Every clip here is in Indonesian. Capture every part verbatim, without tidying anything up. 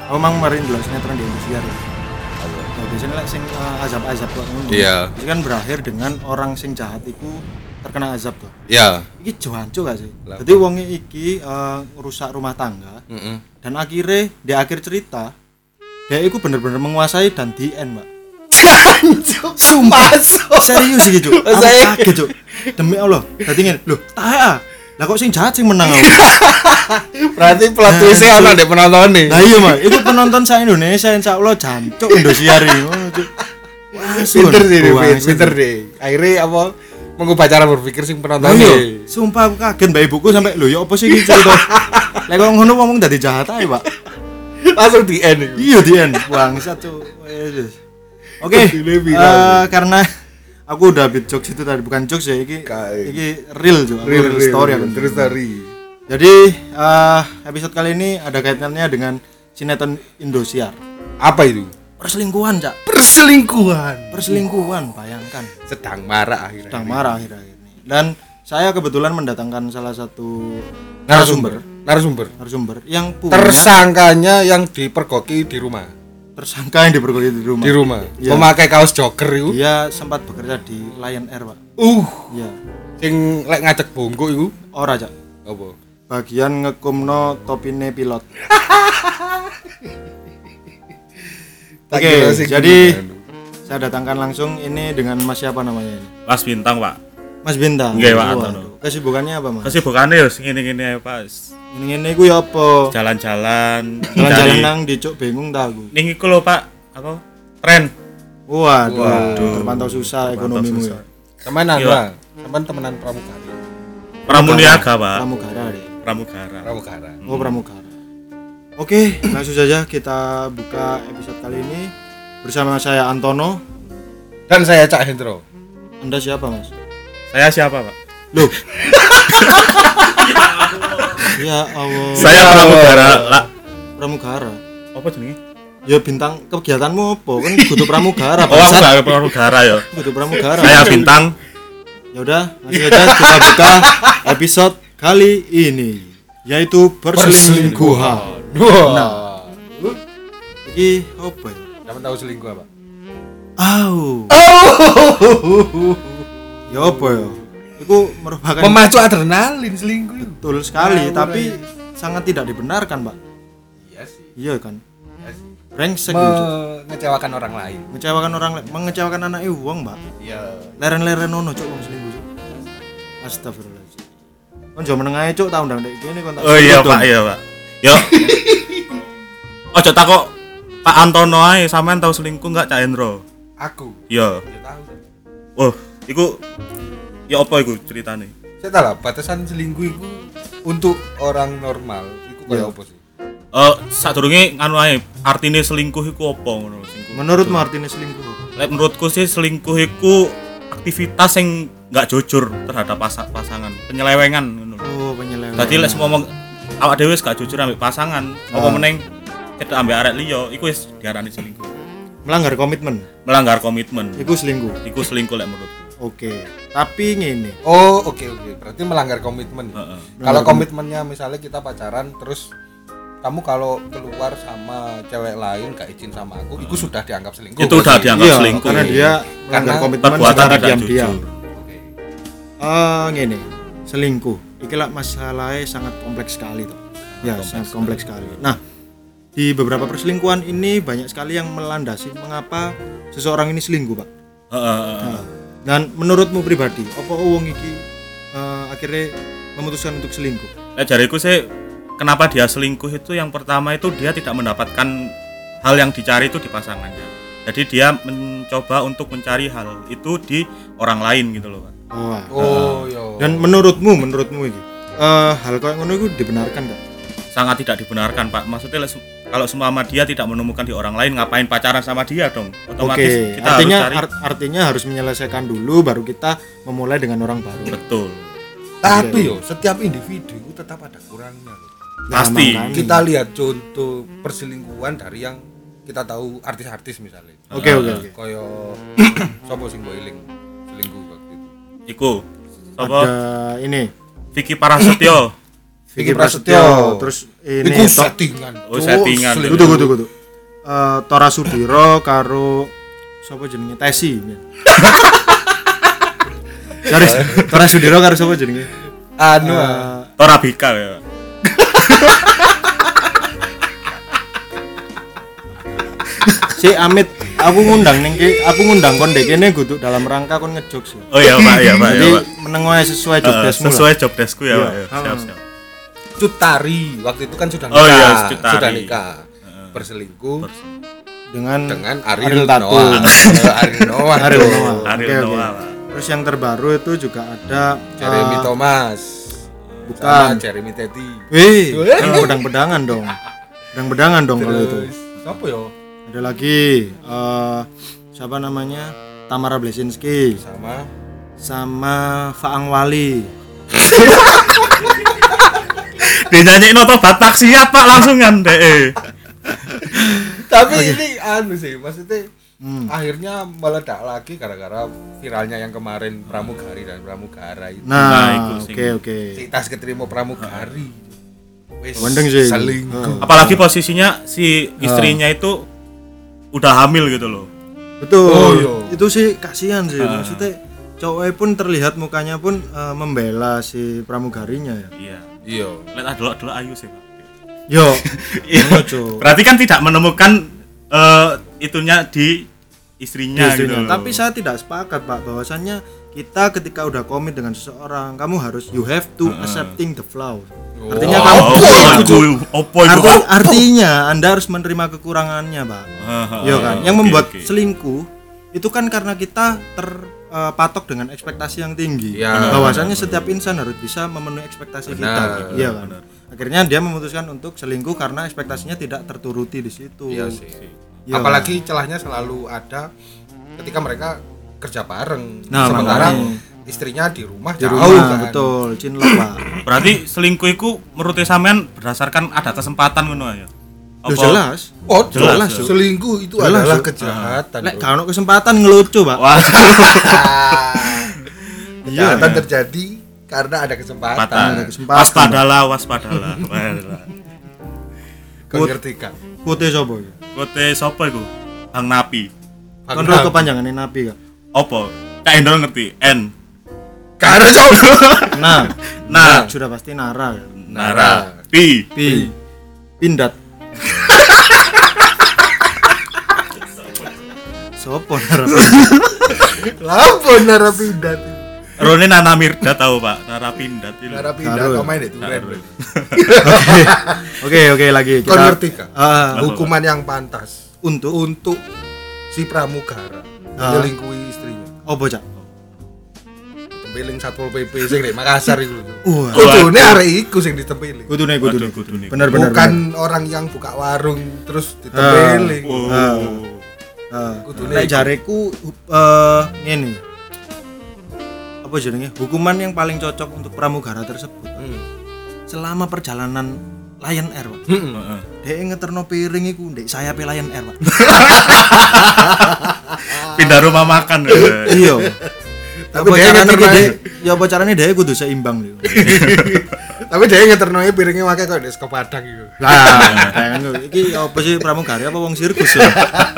Aku mang kemarin dulu sinetron di Indosiar. Nah, biasanya lah sing uh, azab-azab kok ngono. Iya. Itu kan berakhir dengan orang sing jahat iku terkena azab tuh. Iya. Iki jancuk gak sih? Lah. Jadi wong iki uh, rusak rumah tangga. Heeh. Dan akhirnya di akhir cerita dia itu bener-bener menguasai dan di end, Mbak. Jancuk. Sumpah. Serius gitu. Aku Saya- kaget, Cuk. Demi Allah. Dadi ngene, lho, tae ah. Lah kok sing jahat sing menang aku. Berarti plot twist-e ono ndek penonton Nah iya, Mbak. Itu penonton sa Indonesia insyaallah jancuk Indosiar iki. Ngono, Cuk. Wah, Pinter sih, sumpah, Fit. sumpah. Pinter deh. Akhirnya apa mengubah cara berpikir sing penonton Iya, iki. sumpah aku kaget mbak ibuku sampai lho ya apa sih iki cerita. Lek kok ngono ngomong dadi jahat ae, Pak. Langsung di end iku. Iya di end bangsat tuh. Wes. Oke, Gile viral. eh, karena aku udah bit jokes itu tadi bukan jokes ya iki. Kae. Iki real juga, Real, real story aku. True story. Jadi eh, episode kali ini ada kaitannya dengan sinetron Indosiar. Apa itu? Perselingkuhan, Cak. Perselingkuhan. Perselingkuhan, bayangkan. Sedang marah akhirnya. Sedang marah akhir-akhir ini. Dan saya kebetulan mendatangkan salah satu Narasumber. Narasumber. narasumber yang punya Tersangkanya yang dipergoki di rumah. tersangka yang diperkosa di rumah. Di rumah. Iya. Memakai kaos Joker itu. Dia sempat bekerja di Lion Air, Pak. Uh, Iya. sing lek ngajak bongko itu. Ora, Cak. Apa? Bagian ngekumno topine pilot. Tak Oke, kira sing jadi gimana. saya datangkan langsung ini dengan Mas siapa namanya ini? Mas Bintang, Pak. Mas Bintang. Nggih, Pak, Waduh, Antono. kesibukannya apa, Mas? Kesibukannya ya ngene-ngene ae, Pak. Ini-ini ku ya apa? Jalan-jalan, Jalan-jalan mencari- nang dicuk bingung ta aku. Ning iku lho, Pak. Apa? Tren. Waduh, Waduh. terpantau susah ekonomimu ya. Temenan, Iya. Bang. Teman temenan pramugari. Pramuniaga, Pak. Pramugara deh. Pramugara. Pramugara. Oh, pramugara. Oke, langsung saja kita buka episode kali ini bersama saya Antono. Dan saya Cak Hendro. Anda siapa, Mas? Saya siapa, Pak? Loh. Ya Allah. Saya pramugara. Lah, Pramugara. apa jenenge? Ya bintang kegiatanmu apa? Kan kudu pramugara, Oh, aku bangsat. gak pramugara ya. Kudu pramugara. Saya Bintang. Ya udah, langsung aja kita buka episode kali ini yaitu perselingkuhan. Wah. Iki apa ya? Kamu tahu selingkuh apa? Au. Ya apa ya? Itu merupakan Memacu adrenalin selingkuh. itu. betul sekali, Ngawur tapi aja. sangat tidak dibenarkan, Pak. Iya sih. Iya kan? Iya sih. Brengsek gitu. Mengecewakan orang lain. Mengecewakan orang lain, mengecewakan anak wong, Mbak. Iya. Leren-leren ono cuk wong selingkuh. Cuk. Astagfirullahaladzim. Kon jo menengae cuk tau ndang ndek kene kon tak. Oh iya, sebut Pak, dong. iya, Pak. Yo. Ojo takok Pak Antono ae, sampean tahu selingkuh enggak, Cak Hendro? Aku. Iya. Ya tahu. Oh, iku ya apa iku ceritane? Saya tahu lah batasan selingkuh itu untuk orang normal. Itu kayak Iya. apa sih? Eh, sadurunge anu ae, artine selingkuh iku apa ngono selingkuh? Menurut Martinez selingkuh. Lek menurutku sih selingkuh iku aktivitas yang enggak jujur terhadap pas- pasangan, penyelewengan ngono. Oh, penyelewengan. Dadi lek ngomong awak dhewe wis gak jujur ambek pasangan, apa Ah. meneng cedak ambek arek liya, iku wis diarani selingkuh. melanggar komitmen. Melanggar komitmen. Iku selingkuh. Iku selingkuh lek menurutku. Oke. Tapi ngene. Oh, oke oke. Berarti melanggar komitmen. Heeh. Kalau komitmennya misalnya kita pacaran terus kamu kalau keluar sama cewek lain gak izin sama aku, itu sudah dianggap selingkuh. Itu udah berarti. dianggap Iya, selingkuh. karena dia melanggar Karena komitmen perbuatan secara tidak diam-diam. jujur. Oke. Eh, ngene. Selingkuh. Iki lah masalahnya sangat kompleks sekali tuh. Ya, Kompleks sangat kompleks sekali. Nah, di beberapa perselingkuhan ini banyak sekali yang melandasi mengapa seseorang ini selingkuh, Pak. Heeh, heeh. Nah, dan menurutmu pribadi, apa wong iki eh, akhirnya memutuskan untuk selingkuh? Lek jariku sih kenapa dia selingkuh itu yang pertama itu dia tidak mendapatkan hal yang dicari itu di pasangannya. Jadi dia mencoba untuk mencari hal itu di orang lain gitu loh, Pak. Oh, Oh, yo. dan menurutmu, menurutmu ini eh, hal kayak ngono itu dibenarkan gak? Sangat tidak dibenarkan, Pak. Maksudnya lek- kalau seumpama dia tidak menemukan di orang lain, ngapain pacaran sama dia dong? Otomatis Oke, kita artinya harus cari. art- artinya harus menyelesaikan dulu baru kita memulai dengan orang baru. Betul. Tapi yo, setiap individu itu tetap ada kurangnya loh. Nah, Pasti. makanya. Kita lihat contoh perselingkuhan dari yang kita tahu artis-artis misalnya. Oke, oke, oke. Koyo sapa sing boiling selingkuh waktu itu. Iku. Ada Apa? ini Vicky Prasetyo. Vicky Prasetyo. Terus Iku ini to- settingan. Oh, settingan. Selingkuh. kudu kudu kudu. Eh Tora Sudiro karo sapa jenenge Tesi. Sorry, Tora Sudiro karo sapa jenenge? Anu. Eh, Torabika ya. si Amit, aku ngundang ning ki, aku ngundang kon dek kene kudu dalam rangka kon ngejokes. Oh iya Pak, iya Pak, Jadi iya Pak. meneng wae sesuai job Eh, deskmu. sesuai job deskku ya, Iya. Pak. Ya. Siap, Ah. siap. Cutari waktu itu kan sudah nikah. Oh iya, Cutari. Sudah nikah. Berselingkuh dengan dengan Ariel Ariel Tatum. Noah. Eh, Ariel Noah. Ariel tuh. Noah. Ariel Oke, oke. Noah, Pak. Terus yang terbaru itu juga ada Jeremy eh, Thomas. bukan. Sama Jeremy Teti. Wih, Weh. kan pedang-pedangan dong. Pedang-pedangan dong kalau itu. Terus siapa ya? Ada lagi eh siapa namanya? Tamara Blesinski Sama sama Faang Wali. Dinyanyiin otot Batak siap Pak langsung kan deh. tapi ini anu sih maksudnya Hmm. akhirnya meledak lagi gara-gara viralnya yang kemarin pramugari dan pramugara itu. Nah, Nah, itu oke sing- oke. Si tas keterima pramugari. Wis Wendeng sih. selingkuh. Apalagi posisinya si istrinya itu udah hamil gitu loh. Betul. Oh, iya. Itu sih kasihan sih. Ah. Maksudnya cowoknya pun terlihat mukanya pun eh, membela si pramugarinya ya. Iya. Iya. Lihat dulu dulu ayu sih Pak. Yo. Iya. Ngono, Cuk. Berarti kan tidak menemukan eh, itunya di istrinya, Istrinya. gitu. Tapi saya tidak sepakat Pak bahwasannya kita ketika udah komit dengan seseorang, kamu harus you have to accepting the flaw. Artinya Oh, kamu oh, apa oh, itu? opo itu, arti, Pak? artinya Anda harus menerima kekurangannya, Pak. Ah, Iya kan? Yang oke, membuat oke. selingkuh itu kan karena kita terpatok dengan ekspektasi yang tinggi. Ya. Bahwasannya setiap insan harus bisa memenuhi ekspektasi Benar, kita. Iya kan? benar. Akhirnya dia memutuskan untuk selingkuh karena ekspektasinya tidak terturuti di situ. Iya sih. Iya, Apalagi celahnya selalu ada ketika mereka kerja bareng. Nah, sementara makanya. istrinya di rumah Di jauh rumah, kan. betul, cinlok, Pak. Berarti selingkuh itu menurut sampean berdasarkan ada kesempatan ngono ya. Loh, jelas. Oh, Jelas, jelas. Cuk. Selingkuh itu Jelas, adalah Cuk. kejahatan. Lek Bro. kalau kesempatan ngelucu, Pak. Wah, Iya. Kejahatan terjadi karena ada kesempatan. kesempatan. Ada kesempatan, Waspadalah, waspadalah. Waspadalah. Kau ngerti kan? Putih sapa iki? Kote sapa iku? Bang Napi. Kan ro kepanjangane nabi, Kak. Opo? Kak Endro ngerti. N. Karena coba. Nah, Nah. sudah pasti Nara kan. Nara. Pi. Pi. Pindat. Sopo Nara? Lapo narapindat. Rone Nana Mirda tahu Pak. Nara Pindat itu. Narapindat Karo. kau main itu Karo. keren. Oke, oke lagi Kau ngerti kan? Ah, Hukuman yang pantas untuk untuk si pramugara Ah. menyelingkuhi istrinya. oh bocah. Tempeling Satpol P P sing di Makassar iku. Wah. Kudune arek iku sing ditempeling. Kudune kudune. Waduh, kudune. Bener bener. Bukan orang yang buka warung terus ditempeling. Oh. Ah. Ah, Kudune nek iku. jareku eh ngene. Apa jenenge? Hukuman yang paling cocok untuk pramugara tersebut. Hmm. Selama perjalanan Lion Air, Pak. Hmm. Heeh. Dia ngeterno piring iku ndek sayape Lion Air, Pak. Pindah rumah makan. Iya. Tapi Apa dia carane ngeterno iki, ae. Dek? Ya apa carane dia kudu seimbang lho. Tapi dia ngeternoe piringnya wae kok des kepadang iku. Lah, kan iki apa sih pramugari apa wong sirkus ya?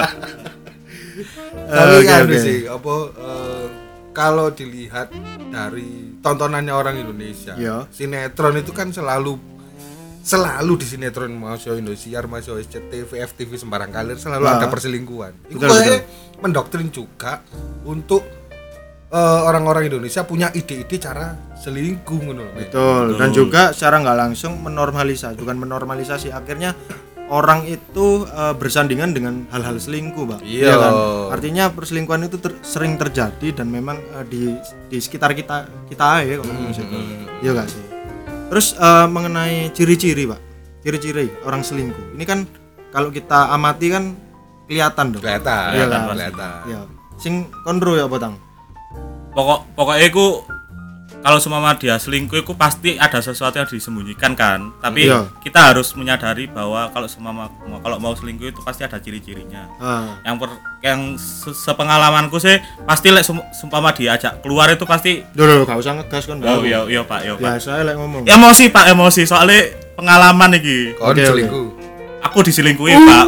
Tapi Oke, kan oke. sih apa eh, kalau dilihat dari tontonannya orang Indonesia, Iya. sinetron itu kan selalu selalu di sinetron masuk Indosiar, masuk S C T V, F T V sembarang kali selalu Ah. ada perselingkuhan. Itu Betul, kayaknya mendoktrin juga untuk eh, orang-orang Indonesia punya ide-ide cara selingkuh ngono lho. Betul. Dan Betul. juga secara nggak langsung menormalisasi, bukan menormalisasi. Akhirnya orang itu eh, bersandingan dengan hal-hal selingkuh, Pak. Iya. kan? Artinya perselingkuhan itu ter- sering terjadi dan memang eh, di di sekitar kita kita ya kalau misalnya. Iya nggak sih? Terus eh, mengenai ciri-ciri, Pak. Ciri-ciri orang selingkuh. Ini kan kalau kita amati kan kelihatan dong. Kelihatan, Iya kan? kelihatan. Iya. Sing konro ya, Potang. Pokok pokoknya aku kalau semua dia selingkuh itu pasti ada sesuatu yang disembunyikan kan. Tapi Iya. kita harus menyadari bahwa kalau semua kalau mau selingkuh itu pasti ada ciri-cirinya. Ah. Yang per, yang se, sepengalamanku sih pasti lek like, sumpama diajak keluar itu pasti Dulu gak usah ngegas kan. oh iya iya Pak, iya Pak. Biasa lek ngomong. Emosi Pak, emosi soalnya pengalaman iki. Kon Oke, selingkuh. Aku diselingkuhi Pak.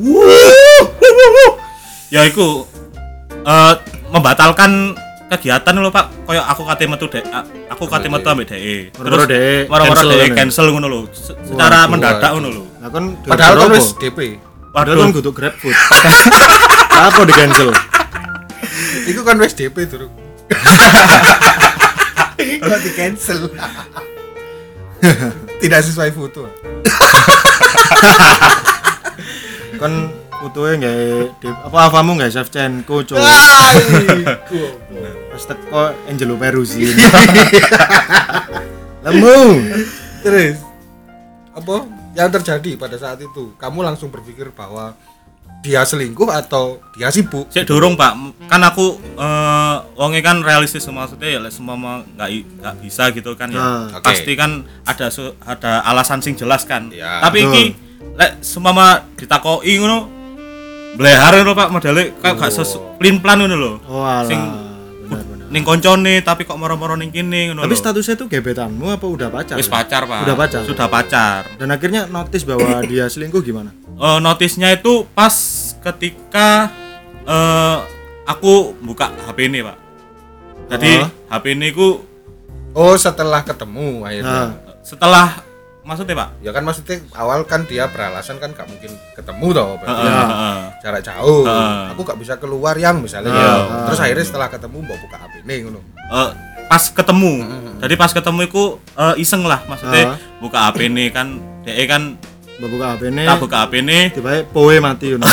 Ya iku eh membatalkan kegiatan lho Pak, koyo aku kate metu dek, aku kate metu ambek dek. Moro-moro dek moro-moro cancel dek ngono. cancel ngono lho. Se- Secara Waduh, mendadak waduh. ngono lho. Lah kan Padahal kan gara-gara wis apa? D P. Padahal kan Waduh. kudu GrabFood. Apa di cancel? Iku kan wis D P durung. Kok di cancel. Tidak sesuai foto. Kan fotonya nggak di apa avamu nggak Shevchenko cowok. Pas teko Angelo Peruzzi. Lemu. Terus apa yang terjadi pada saat itu? Kamu langsung berpikir bahwa dia selingkuh atau dia sibuk? Sik durung Pak, kan aku eh wonge kan realistis maksudnya ya lek semua enggak enggak bisa gitu kan ya. Nah, oke. Pasti kan ada su- ada alasan sing jelas kan. Ya, Tapi iki lek semua ditakoki ngono blehar ngono Pak modele kayak gak sesu plan ngono lho. Oh alah. Sing Benar-benar. ning koncone tapi kok moro-moro ning kene ngono Tapi lho. statusnya tuh gebetanmu apa udah pacar? Wis ya? pacar Pak. Udah pacar? Sudah pacar. Dan akhirnya notice bahwa dia selingkuh gimana? Eh notisnya itu pas ketika eh aku buka H P ini Pak. Jadi Oh. H P ini ku Oh, setelah ketemu akhirnya. Nah, setelah maksudnya Pak. Ya kan maksudnya awal kan dia beralasan kan gak mungkin ketemu toh berarti Heeh, Ya. heeh. jarak jauh. Heeh. Aku gak bisa keluar yang misalnya. Heeh. gitu. Heeh. Terus akhirnya setelah ketemu mau buka H P ini ngono. Eh, pas ketemu. Jadi pas ketemu iku eh, iseng lah maksudnya Ah. buka H P ini kan D E kan mbak buka H P ini. kita buka H P ini. Tiba-tiba poe mati ngono.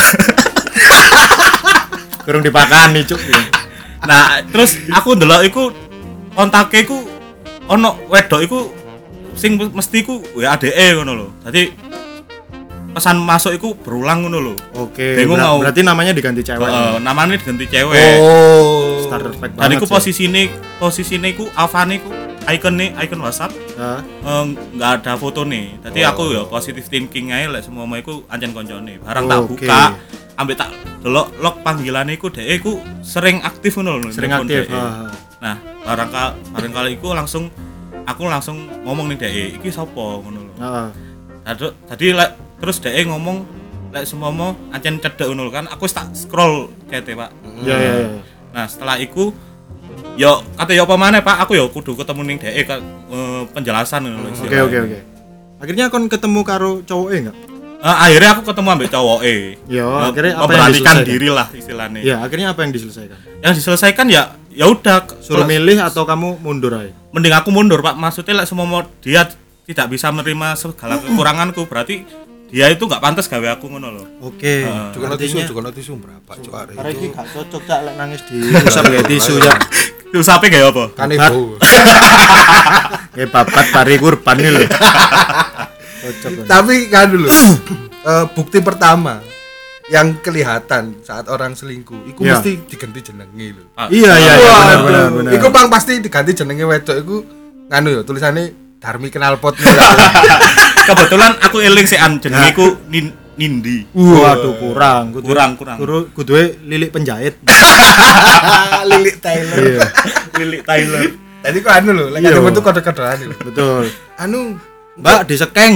Kurang dipakani cuk. Nah, terus aku ndelok iku kontake iku ono wedok iku sing mesti iku ya A D E ngono lho. Dadi pesan masuk iku berulang ngono lho. Oke. Bingung ber- mau. Berarti namanya diganti cewek. Heeh, namanya diganti cewek. Oh. Starter pack Dan banget. iku sih. posisine posisine iku avane iku icon-ne icon WhatsApp Nah, eh, nggak ada foto nih. Jadi Oh. aku ya positive thinking aja lek semua iku ancen koncone. Barang tak Oke. buka, ambek tak delok log panggilane iku dhek iku sering aktif ngono lho. sering nelpon aktif. dhek. Ah, Nah, barang kali barang kali iku langsung aku langsung ngomong nih dhek, iki sapa ngono lho. ah. Tadi tadi lek terus dhek ngomong lek semomo ancen cedek ngono lho kan. Aku wis tak scroll chat-e, Pak. Ya ya ya. Nah, setelah iku yo kate yo apa maneh Pak, aku yo kudu ketemu ning dhek ka eh, penjelasan ngono lho. Oke istilahnya. oke oke. Akhirnya kon ketemu karo cowoknya enggak? Eh, akhirnya aku ketemu ambek cowoke. Ya, Eh, akhirnya apa yang memberanikan diselesaikan? diri lah istilahnya. Ya, akhirnya apa yang diselesaikan? Yang diselesaikan ya ya udah Suruh kalau- milih atau kamu mundur aja? mending aku mundur Pak. Maksudnya lek semua dia tidak bisa menerima segala kekuranganku, berarti dia itu nggak pantas gawe aku ngono loh. Oke. Heeh. Juga tisu, Artinya juga tisu berapa cuk hari karena itu. iki gak cocok cak lek nangis di usap kayak tisu ya. Terus sampai gak apa? Kan ibu. Kayak babat pari kurban nih lho. Cocok. kan? Tapi kan dulu eh, bukti pertama yang kelihatan saat orang selingkuh, itu Ya. mesti diganti jenenge lho. Ah, Iya iya iya Wah, benar benar benar. Iku bang pasti diganti jenenge wedok iku nganu ya tulisannya Darmi Knalpot. kebetulan aku eling sih an jenengiku nin, Nindi. Waduh kurang, kudu Kurang, kurang. Kudu kuduwe lilik penjahit. Lilik Taylor. Iya, Lilik Tyler. Tadi kok anu lho, lek Iya. ketemu tuh kode-kodean lho. betul. Anu Mbak disekeng.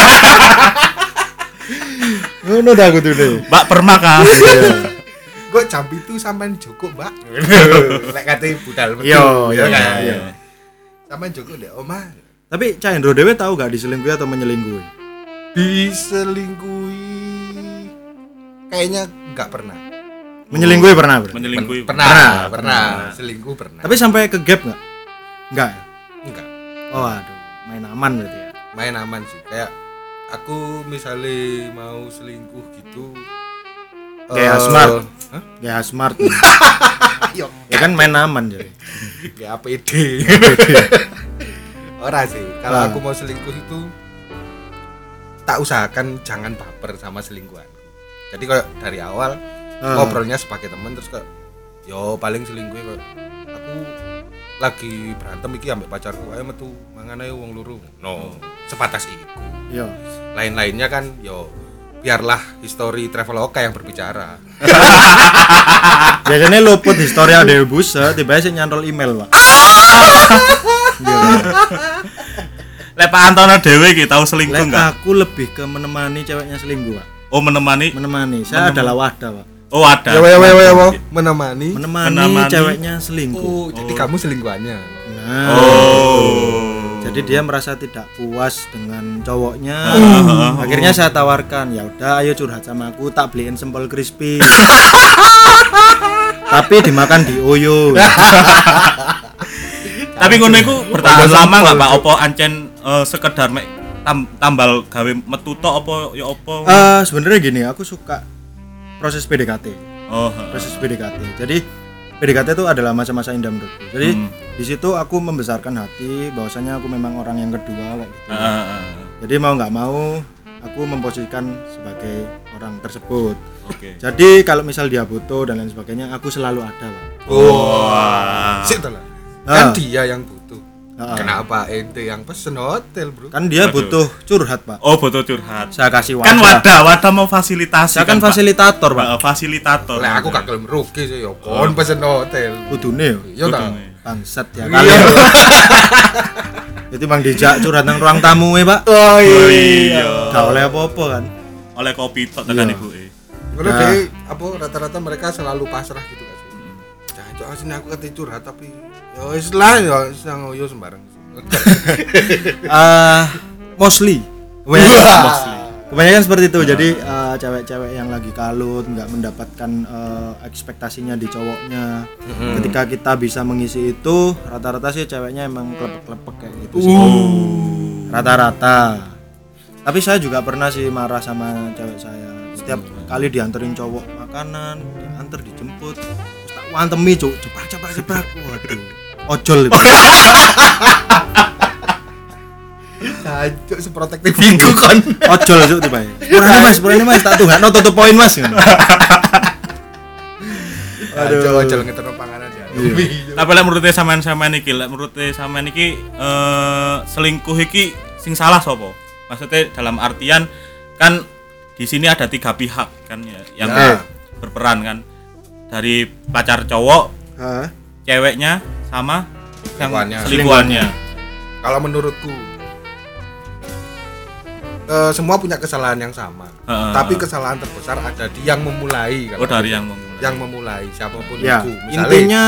Ngono dah kudune. Mbak Permaka. Iya. kok jam itu sampean Joko, Mbak. Lek kate budal betul. Iya, ya iya, kan. iya. Sampean Joko ndek omah. Tapi Cak Hendro dewe tahu gak diselingkuhi atau menyelingkuhi? Diselingkuhi kayaknya enggak pernah. Menyelingkuhi pernah, Bro? Menyelingkuhi. Pernah, Pernah, pernah, pernah. selingkuh pernah. Tapi sampai ke gap enggak? Enggak ya? enggak, Oh aduh, main aman berarti ya. main aman sih. Kayak aku misalnya mau selingkuh gitu Kayak eh, smart. hah? Ya smart. Ayo, Ya kan main aman jadi. kayak A P D. Ora sih, kalau Ah. aku mau selingkuh itu tak usahakan jangan baper sama selingkuhan. Jadi kayak dari awal Ah. ngobrolnya sebagai teman terus kayak yo paling selingkuh kayak aku lagi berantem iki ambek pacarku, ayo metu mangan ayo wong loro. No, sebatas iku. Iya. Lain-lainnya kan yo biarlah histori Traveloka yang berbicara. Biasanya luput historia dari buset, tiba-tiba sih nyantol email, Pak. Iya. Lek Pak Antono dhewe iki tahu selingkuh Lek enggak? aku lebih ke menemani ceweknya selingkuh, Pak. Oh, menemani. Menemani. Saya Menem- adalah wadah, Pak. Oh, ada. Ya ya ya ya ya, menemani. Menemani, Menemani. ceweknya selingkuh. Oh, jadi kamu selingkuhannya. Nah. Oh. Jadi dia merasa tidak puas dengan cowoknya. Ah. Akhirnya saya tawarkan, ya udah ayo curhat sama aku, tak beliin sempol crispy. Tapi dimakan di Oyo. Tapi ngono iku bertahan Ada lama enggak sempol, Pak? Cuk. Opo ancen eh, sekedar mek tam- tambal gawe metu tok apa ya apa? Eh sebenarnya gini, aku suka proses P D K T. Oh, heeh. Proses P D K T. Jadi P D K T itu adalah masa-masa indah menurutku. Jadi Hmm. di situ aku membesarkan hati bahwasanya aku memang orang yang kedua kayak gitu. Heeh, heeh. Jadi mau nggak mau aku memposisikan sebagai orang tersebut. Oke. Jadi kalau misal dia butuh dan lain sebagainya, aku selalu ada, Pak. Wah. Sik to lah. Ah. Kan dia yang butuh. Ah. Kenapa ente yang pesen hotel, Bro? Kan dia Waduh. butuh curhat, Pak. Oh, butuh curhat. Saya kasih wadah. Kan wadah, wadah mau fasilitasi. Saya kan Pak. fasilitator, Pak. Heeh, fasilitator. Lah aku gak gelem rugi sih yo. Kon pesen hotel. Kudune yo. Iya ta. Kudune. Bangsat ya Iya. kalian. Itu Bang dijak curhat nang ruang tamu e, Pak. Oh Oh iya. Gak oleh apa-apa kan. Oleh kopi tok tekan Iya. ibuke. Ngono Nah. deh, apa rata-rata mereka selalu pasrah gitu kan. Jangan cok sini aku kate curhat tapi yo wis lah yo wis nang yo sembarang. Eh mostly. Mostly. Kebanyakan seperti itu. Jadi eh, cewek-cewek yang lagi kalut nggak mendapatkan eh, ekspektasinya di cowoknya. Ketika kita bisa mengisi itu, rata-rata sih ceweknya emang klepek-klepek kayak gitu sih. Rata-rata. Tapi saya juga pernah sih marah sama cewek saya. Setiap kali dianterin cowok makanan, diantar dijemput, terus tak wantemi cuk, cepat cepat cepat. Waduh. Ojol itu. Cacuk seprotektif iku kon. Ojol cuk tiba. Sepurane Mas, sepurane Mas, tak tunggakno tutup poin Mas. Aduh, ojol ngeterno panganan ya. Tapi lek menurut sampean-sampean iki, lek menurut sampean iki eh selingkuh iki sing salah sapa? Maksudnya dalam artian kan di sini ada tiga pihak kan ya yang Ya. berperan kan. Dari pacar cowok, Hah? ceweknya sama yang Selingkuhannya. selingkuhannya. Kalau menurutku eh, semua punya kesalahan yang sama. Heeh. Tapi kesalahan terbesar ada di yang memulai kan. Oh, dari yang memulai. yang memulai siapapun Ya, itu. Misalnya intinya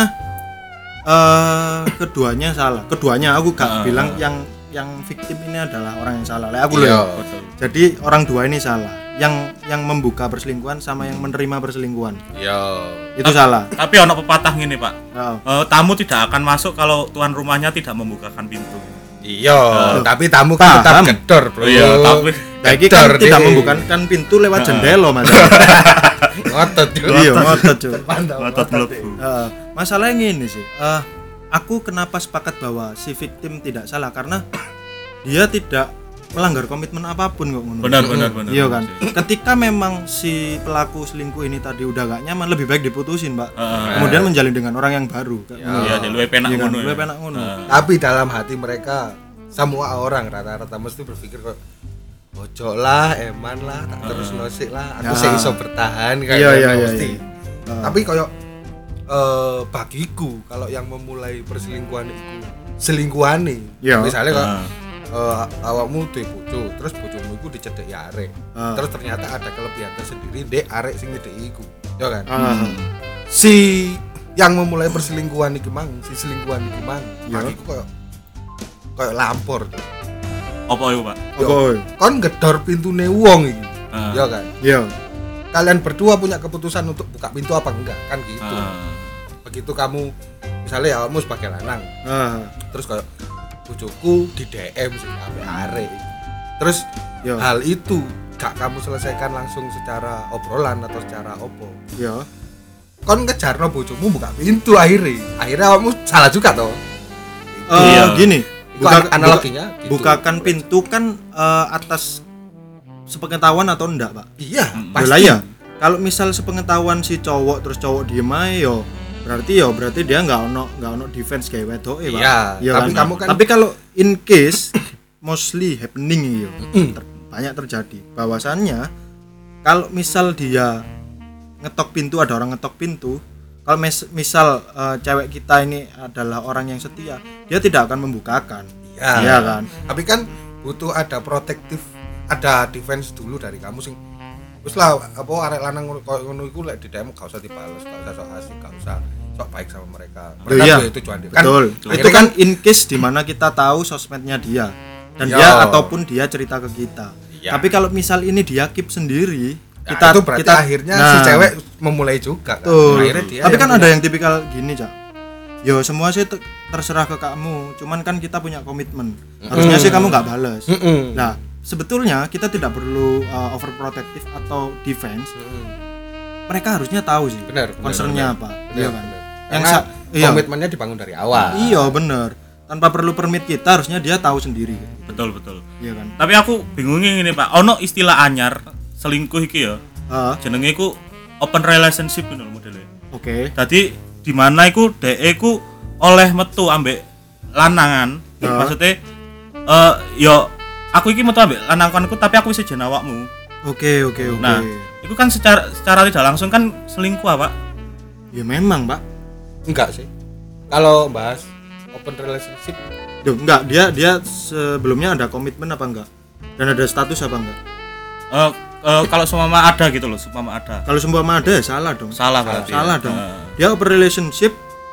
eh keduanya salah. Keduanya aku gak Ah, bilang ah. yang yang victim ini adalah orang yang salah. Lah aku Iya. loh. Betul. Jadi orang dua ini salah. Yang yang membuka perselingkuhan sama yang menerima perselingkuhan. ya Itu salah. Tapi ono pepatah gini, Pak. Oh. Eh, tamu tidak akan masuk kalau tuan rumahnya tidak membukakan pintu. iya, Loh. tapi tamu kan tetap Paham. gedor, Bro. Iya, tapi Nah, ini kan Gedor tidak deh. membukakan pintu lewat Ah. jendela, Mas. ngotot. Bro. Iya, ngotot, Cuk. Mantap, ngotot ngotot. mlebu. Eh, masalahnya gini sih. eh, aku kenapa sepakat bahwa si victim tidak salah karena dia tidak melanggar komitmen apapun kok ngono. Benar, benar, benar. Iya kan. Ketika memang si pelaku selingkuh ini tadi udah gak nyaman, lebih baik diputusin, Pak. Heeh. Kemudian menjalin dengan orang yang baru. Kayak ngono. Iya, di luwe penak Iya kan, ngono. luwe ya. penak ngono. Heeh. Tapi dalam hati mereka semua orang rata-rata mesti berpikir kok ojo lah, eman lah, tak terus nosik lah, aku Ya. sih iso bertahan kayak Iya, gitu iya, iya, mesti. iya. Heeh. Tapi koyo eh bagiku kalau yang memulai perselingkuhan itu selingkuhane. Iya. Misalnya kok Heeh. eh, awakmu duwe bojo, terus bojomu iku dicedhek ya arek. Ah. Terus ternyata ada kelebihan tersendiri dek arek sing nyedheki iku. Ya kan? Ah, Si yang memulai perselingkuhan iki mang, si selingkuhan iki mang, Ya. bagiku koyo koyo lampor. Apa itu, Pak? apa oi? Kon gedor pintune wong iki. Heeh. Ya kan? Iya. Kalian berdua punya keputusan untuk buka pintu apa enggak kan gitu. Heeh. Begitu kamu misalnya ya kamu sebagai lanang Ah, terus kayak bojoku di D M sih sampai arek. Terus iya. hal itu gak kamu selesaikan langsung secara obrolan atau secara opo. Iya. Kon ngejarno bojomu buka pintu akhirnya. Akhirnya kamu salah juga toh. Eh, Iya. gini, Itu buka- analoginya buka- gitu. bukakan pintu kan eh, atas sepengetahuan atau enggak, Pak? Iya, Mm. pasti. Lah ya. Kalau misal sepengetahuan si cowok terus cowok diem aja yo berarti ya berarti dia nggak ono nggak ono defense kayak wedok ya, Pak. Iya, Iya tapi kamu kan- Tapi kalau in case mostly happening ya, ter- banyak terjadi. Bahwasannya kalau misal dia ngetok pintu, ada orang ngetok pintu, kalau mis- misal uh, cewek kita ini adalah orang yang setia, dia tidak akan membukakan. Iya. Iya kan? Tapi kan butuh ada protektif, ada defense dulu dari kamu sing wis lah apa arek lanang ngono koyo ngono iku lek di D M gak usah dibales, gak usah sok asik, gak usah sok baik sama mereka. Loh, Mereka iya. tuh tujuan dia. Betul. akhirnya Itu kan in case di mana kita tahu sosmednya dia dan Iya. dia ataupun dia cerita ke kita. Iya. Tapi kalau misal ini dia keep sendiri, Nah, kita itu berarti kita akhirnya nah, si cewek memulai juga kan. Betul. Akhirnya dia Tapi kan yang ada yang tipikal gini, Cak. Yo semua sih ter- terserah ke kamu, cuman kan kita punya komitmen. Harusnya sih kamu nggak balas. Mm-mm. Nah, sebetulnya kita tidak perlu uh, overprotective atau defense. Mereka harusnya tahu sih Benar, benar, concernnya benar. apa. Benar, Iya kan? benar. Yang Karena sa- iya. komitmennya dibangun dari awal. Iya, bener. Tanpa perlu permit kita, harusnya dia tahu sendiri. Betul betul. Iya kan? Tapi aku bingungnya ini Pak, ono istilah anyar selingkuh iki ya. Ah, Jenenge iku open relationship ngono modelnya. oke. Tadi di mana iku D E ku oleh metu ambek lanangan. Ah. Maksudnya eh yo aku iki metu ambek lananganku tapi aku wis jen awakmu. Oke, oke, oke. Nah, itu kan secara secara tidak langsung kan selingkuh Pak. Ya memang, Pak. Enggak sih. Kalau bahas open relationship Duh, enggak, dia dia sebelumnya ada komitmen apa enggak? Dan ada status apa enggak? Eh eh, kalau seumpama ada gitu loh, seumpama ada. Kalau seumpama ada ya salah dong. Salah berarti. Salah ya. dong. Eh, Dia open relationship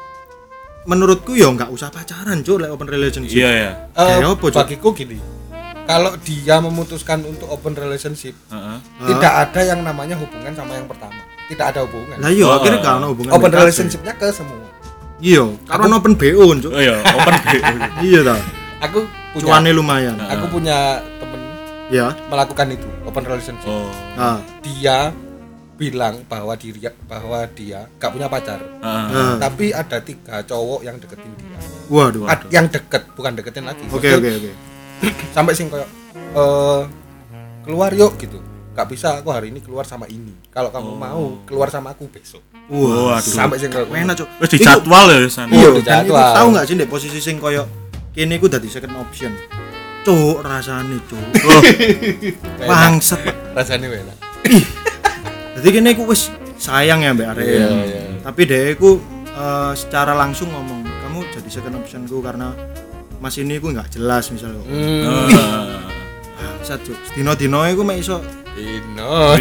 menurutku ya enggak usah pacaran, Cuk, like open relationship. Iya ya. eh, Kayak apa, Cuk? bagiku gini. Kalau dia memutuskan untuk open relationship, Heeh. tidak ada yang namanya hubungan sama yang pertama. Tidak ada hubungan. Lah iya, Oh. akhirnya enggak ono hubungan. Open B K B. relationship-nya ke semua. Iya, karena open B O, Cuk. Oh iya, open B O. Iya ta. Aku punya Cuannya lumayan. aku punya temen Ya. melakukan itu, open relationship. Oh. Ah. Dia bilang bahwa dia bahwa dia gak punya pacar. Heeh. Ah. Tapi ada tiga cowok yang deketin dia. Waduh. Ad- yang deket, bukan deketin lagi. Oke, Maksudnya, oke, oke. Sampai sing kayak eh keluar yuk gitu. Gak bisa, aku hari ini keluar sama ini. Kalau kamu Oh. mau keluar sama aku besok. Wah, Waduh. Sampai sing kayak enak, Cuk. Wis Iku- dijadwal ya sana. Iya, Iya, dan iku dijadwal. tahu nggak sih di posisi sing koyo kene iku dadi second option. Cuk, rasane, Cuk. Oh, Bangsat. rasanya enak. Jadi kene iku wis sayang ya mbak arek. Iya, iya. Tapi dia iku eh, secara langsung ngomong, kamu jadi second optionku karena Mas ini iku nggak jelas misalnya. Hmm. eh, Bangsat, Cuk. Dino-dino iku mek iso Dino.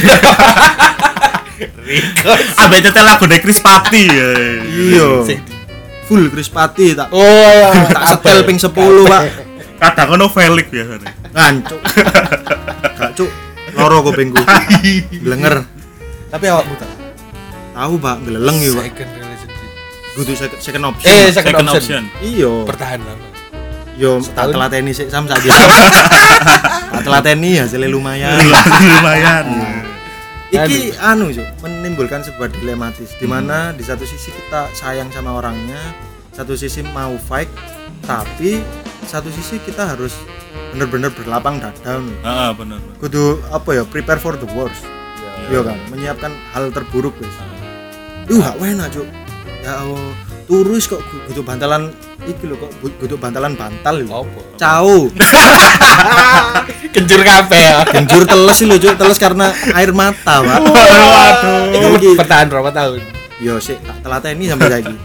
Ambek nyetel lagu Nek Krispati ya. iya. Sing Full Krispati tak Oh, tak setel ping sepuluh, Pak. Kadang ono Felix biasanya. Ngancuk. Gak, Cuk. Loro kupingku. Blenger. Tapi awakmu tak Tahu, Pak, geleleng ya, Pak. second relationship. Kudu second, second option. Eh, Second second, option. option. Iya. Bertahan lama. Yo tak Setahun. telateni sik Sam saiki. Tak telateni hasilnya lumayan. Lumayan. Iki anu Cuk, menimbulkan sebuah dilematis di mana di satu sisi kita sayang sama orangnya, satu sisi mau fight, tapi satu sisi kita harus benar-benar berlapang dada. nih. Heeh, bener. Kudu apa ya, prepare for the worst. Iya kan, menyiapkan hal terburuk wis. Duh, gak enak, Cuk. Ya Allah, turus kok butuh bantalan iki lho kok butuh bantalan bantal lho. Apa? Cau. Kencur kabeh ya. Genjur teles sih lho, Cuk. Teles karena air mata, Pak. Waduh. Itu Iki- bertahan berapa tahun? Yo sik tak telateni sampai saiki.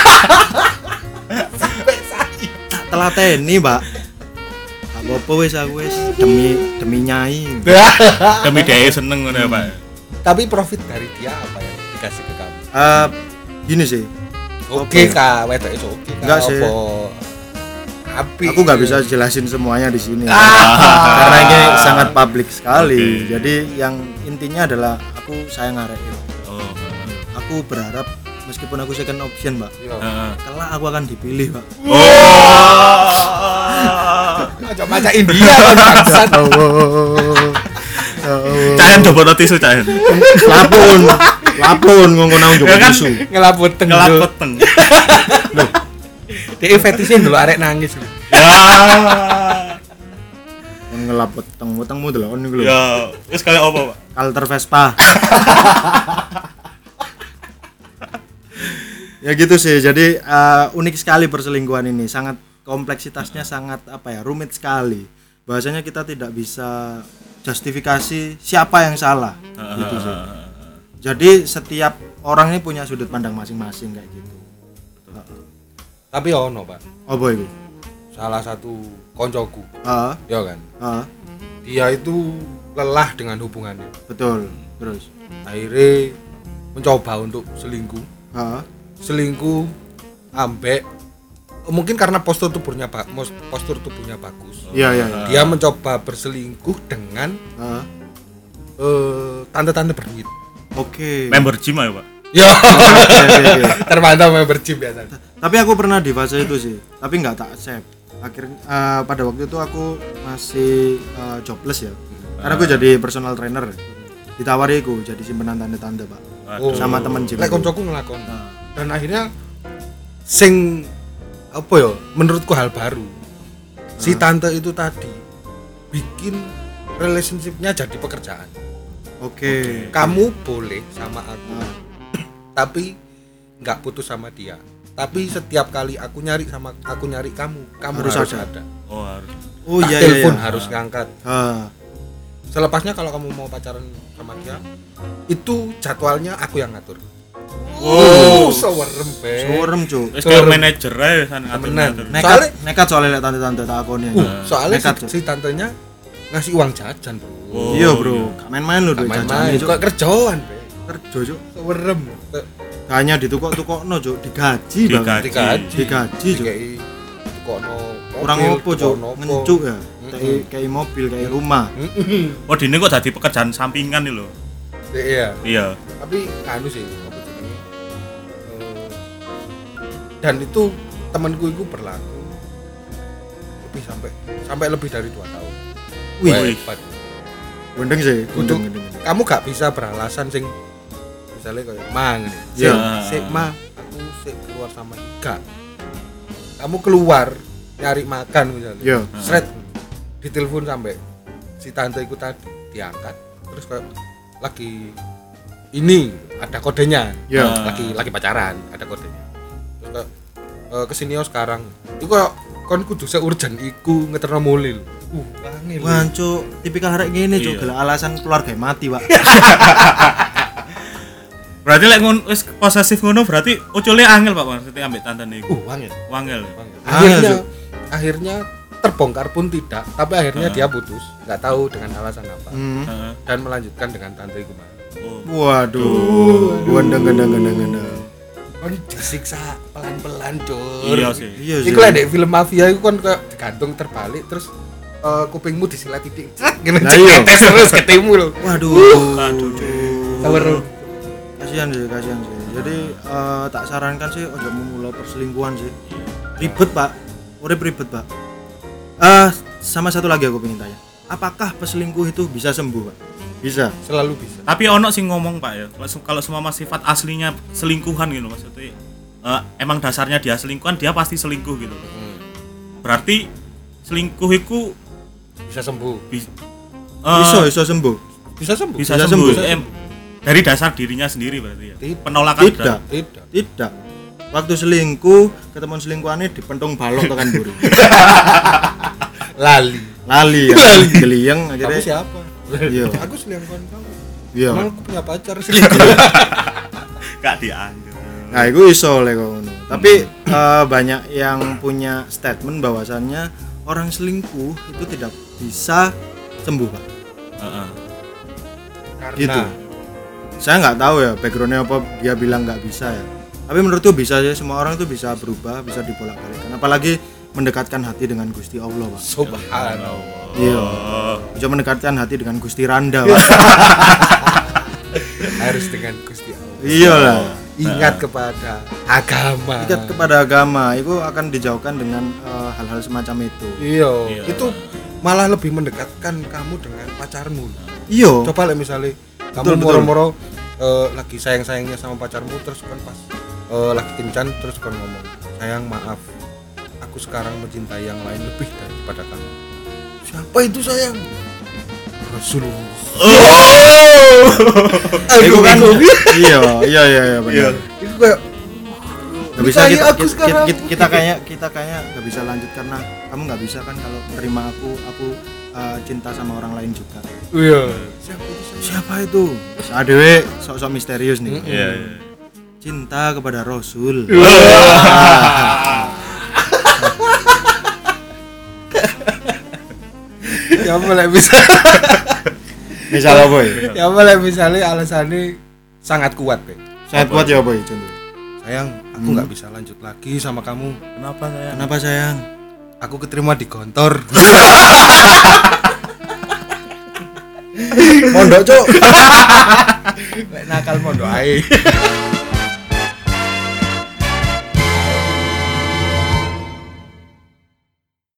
Tak telateni, Pak. Tak apa-apa wis aku wis demi demi nyai. Demi dia seneng ngono ya, Pak. Tapi profit dari dia apa yang dikasih ke kamu? Eh gini sih. Oke Apa ya? kak, wedok itu oke kak. Enggak sih. Apa? Api. Aku nggak bisa jelasin semuanya di sini. Ah. Karena ini sangat publik sekali. Oke. Jadi yang intinya adalah aku sayang arek yo. Oh. Aku berharap meskipun aku second option, Mbak. Iya. Heeh. Kelak aku akan dipilih, Pak. Aja maca India kan bangsat. Cahen coba notisu cahen. Lapun, lapun ngomong nang Ya jogo kan? tisu. Ngelaput teng. Ngelapet teng. Dia fetisnya dulu arek nangis. Ya. Ngelaput teng wetengmu delok niku lho. Ya, wis kaya apa, Pak? Kalter Vespa. Ya gitu sih. Jadi uh, unik sekali perselingkuhan ini. Sangat kompleksitasnya sangat apa ya? Rumit sekali. Bahwasanya kita tidak bisa justifikasi siapa yang salah. Gitu sih. Jadi setiap orang ini punya sudut pandang masing-masing kayak gitu. Tapi ono, Pak. Oh boy. Salah satu koncoku. Heeh. Ya kan. Heeh. Dia itu lelah dengan hubungannya. Betul. Terus Akhirnya mencoba untuk selingkuh. Heeh. Selingkuh ambek mungkin karena postur tubuhnya Pak, postur tubuhnya bagus. Iya, iya, iya. Dia mencoba berselingkuh dengan Heeh. eh, tante-tante berduit. Oke. Member gym ya, Pak. Ya, Oke, oke, oke. terpantau member gym ya. Tapi aku pernah di fase itu sih, tapi nggak tak accept. Akhirnya uh, pada waktu itu aku masih uh, jobless ya, karena aku jadi personal trainer. Ditawari aku jadi simpenan tante-tante Pak, Oh, sama temen gym. Lek koncoku ngelakon. Dan akhirnya sing apa ya? Menurutku hal baru. Si tante itu tadi bikin relationship-nya jadi pekerjaan. Oke. Kamu boleh sama aku, Nah, tapi nggak putus sama dia. Tapi setiap kali aku nyari sama aku nyari kamu, kamu Harus harus, ada. ada. Oh, harus. oh Tak iya iya. telepon iya. harus ngangkat. Ah, Selepasnya kalau kamu mau pacaran sama dia, itu jadwalnya aku yang ngatur. Oh, sewerem be. sorem cuk. Wis kayak manajer ae san Temenan. ngatur-ngatur. Nekat, Soalnya- nekat soalnya liat tante-tante tak akoni. Uh, soalnya Nekat, si, Cuk. si tantenya ngasih uang jajan, Bro. Oh, Iya bro, gak main-main lu Gak duit main-main, jajan kok kerjaan, be. kerja cuk. Sewerem. Hanya ditukok-tukokno cuk, digaji Digaji. banget. Digaji. Digaji cuk. Dikai kono Kurang opo cuk, ngencuk ya. Mm-mm. Kayak kayak mobil, kayak rumah. Oh, dene kok dadi pekerjaan sampingan nih lho. Iya. Iya. Tapi anu sih apa jenenge? Eh, dan itu temanku itu berlaku lebih sampai sampai lebih dari dua tahun. Wih. Wah, hebat. Gendeng sih, Kudu, gendeng gendeng. kamu gak bisa beralasan sing misalnya kayak mang nih. Iya. Sik ma, aku sik keluar sama Ika. Kamu keluar nyari makan misalnya. Iya. Sret ditelepon sampai si tante itu tadi diangkat terus kayak lagi ini ada kodenya. Iya. Lagi lagi pacaran, ada kodenya. Terus kayak e, kesini yo sekarang. Iku kayak kon kudu urgent iku ngeterno mulil. Uh, angel. Wah, cuk, tipikal arek ngene cuk, Iya. gila alasan keluarga mati, Pak. Berarti lek ngon wis posesif ngono berarti ucule angel Pak maksudnya ambek tantane iku. Uh, angel. Wangel. Angel. Angel, Akhirnya Cuk. akhirnya terbongkar pun tidak, tapi akhirnya Heeh. dia putus, nggak tahu dengan alasan apa Hmm. Heeh. dan melanjutkan dengan tante iku mah. Oh. Waduh, gendeng gendeng gendeng gendeng. Kon disiksa pelan-pelan, Cur. Iya sih. Iya sih. Iku lek ndek film mafia iku kon kayak digantung terbalik terus eh, kupingmu disilat titik cek ngene Nah, iya. tes terus ketemu lho. Waduh. Aduh. Sawer. Kasihan sih, kasihan sih. Jadi eh, tak sarankan sih ojo memulai perselingkuhan sih. Ribet, Pak. Urip ribet, Pak. Eh, sama satu lagi aku pengen tanya. Apakah perselingkuh itu bisa sembuh, Pak? Bisa. Selalu bisa. Tapi ono sing ngomong Pak ya, kalau se- kalau semua sifat aslinya selingkuhan gitu maksudnya. eh, emang dasarnya dia selingkuhan, dia pasti selingkuh gitu. Berarti selingkuh itu Bisa sembuh. bis- eh, Bisa, bisa sembuh. Bisa sembuh. bisa, bisa sembuh. sembuh. Em, dari dasar dirinya sendiri berarti ya. Tidak. Penolakan Tidak. terhadap- Tidak. Tidak. Waktu selingkuh, ketemu selingkuhannya dipentung balok tekan buri. Lali. Lali ya, geliyeng Kamu akhirnya. siapa? Iya. Aku selingkuhan kamu. Iya. Emang aku punya pacar sih. Gak dianggap. Nah, itu iso le kok ngono. Tapi eh, banyak yang punya statement bahwasannya orang selingkuh itu tidak bisa sembuh, Pak. Heeh. Karena Gitu. Saya nggak tahu ya backgroundnya apa dia bilang nggak bisa ya. Tapi menurutku bisa ya, semua orang itu bisa berubah, bisa dibolak-balikkan. Apalagi mendekatkan hati dengan Gusti Allah, Pak. subhanallah. Iya. Oh. Bisa mendekatkan hati dengan Gusti Randa, Pak. Harus dengan Gusti Allah. Iyalah. Ingat kepada agama. Ikat kepada agama itu akan dijauhkan dengan eh, hal-hal semacam itu. Iya, Iya. itu malah lebih mendekatkan kamu dengan pacarmu. Iya. Coba lah misalnya Betul, kamu betul. moro-moro eh, lagi sayang-sayangnya sama pacarmu terus kan pas eh, lagi kencan terus kan ngomong, "Sayang, maaf. Aku sekarang mencintai yang lain lebih daripada kamu." Siapa itu sayang? Rasulullah. Itu kan iya, iya iya iya benar. Itu kayak nggak bisa Nikahi kita, aku kita, sekarang. kita, kita kayak kita kayak nggak bisa lanjut karena kamu nggak bisa kan kalau terima aku aku uh, cinta sama orang lain juga. Iya. Siapa itu? Siapa itu? Adewe sok-sok misterius nih. Iya, iya. Cinta kepada Rasul. Ya boleh bisa. Misal apa ya? Ya boleh misalnya alasannya sangat kuat, Be. Sangat kuat ya apa ya contoh? Sayang, aku nggak bisa lanjut lagi sama kamu. Kenapa saya? Kenapa sayang? Aku keterima di kantor. Mondok, Cuk. Lek nakal mondok ae.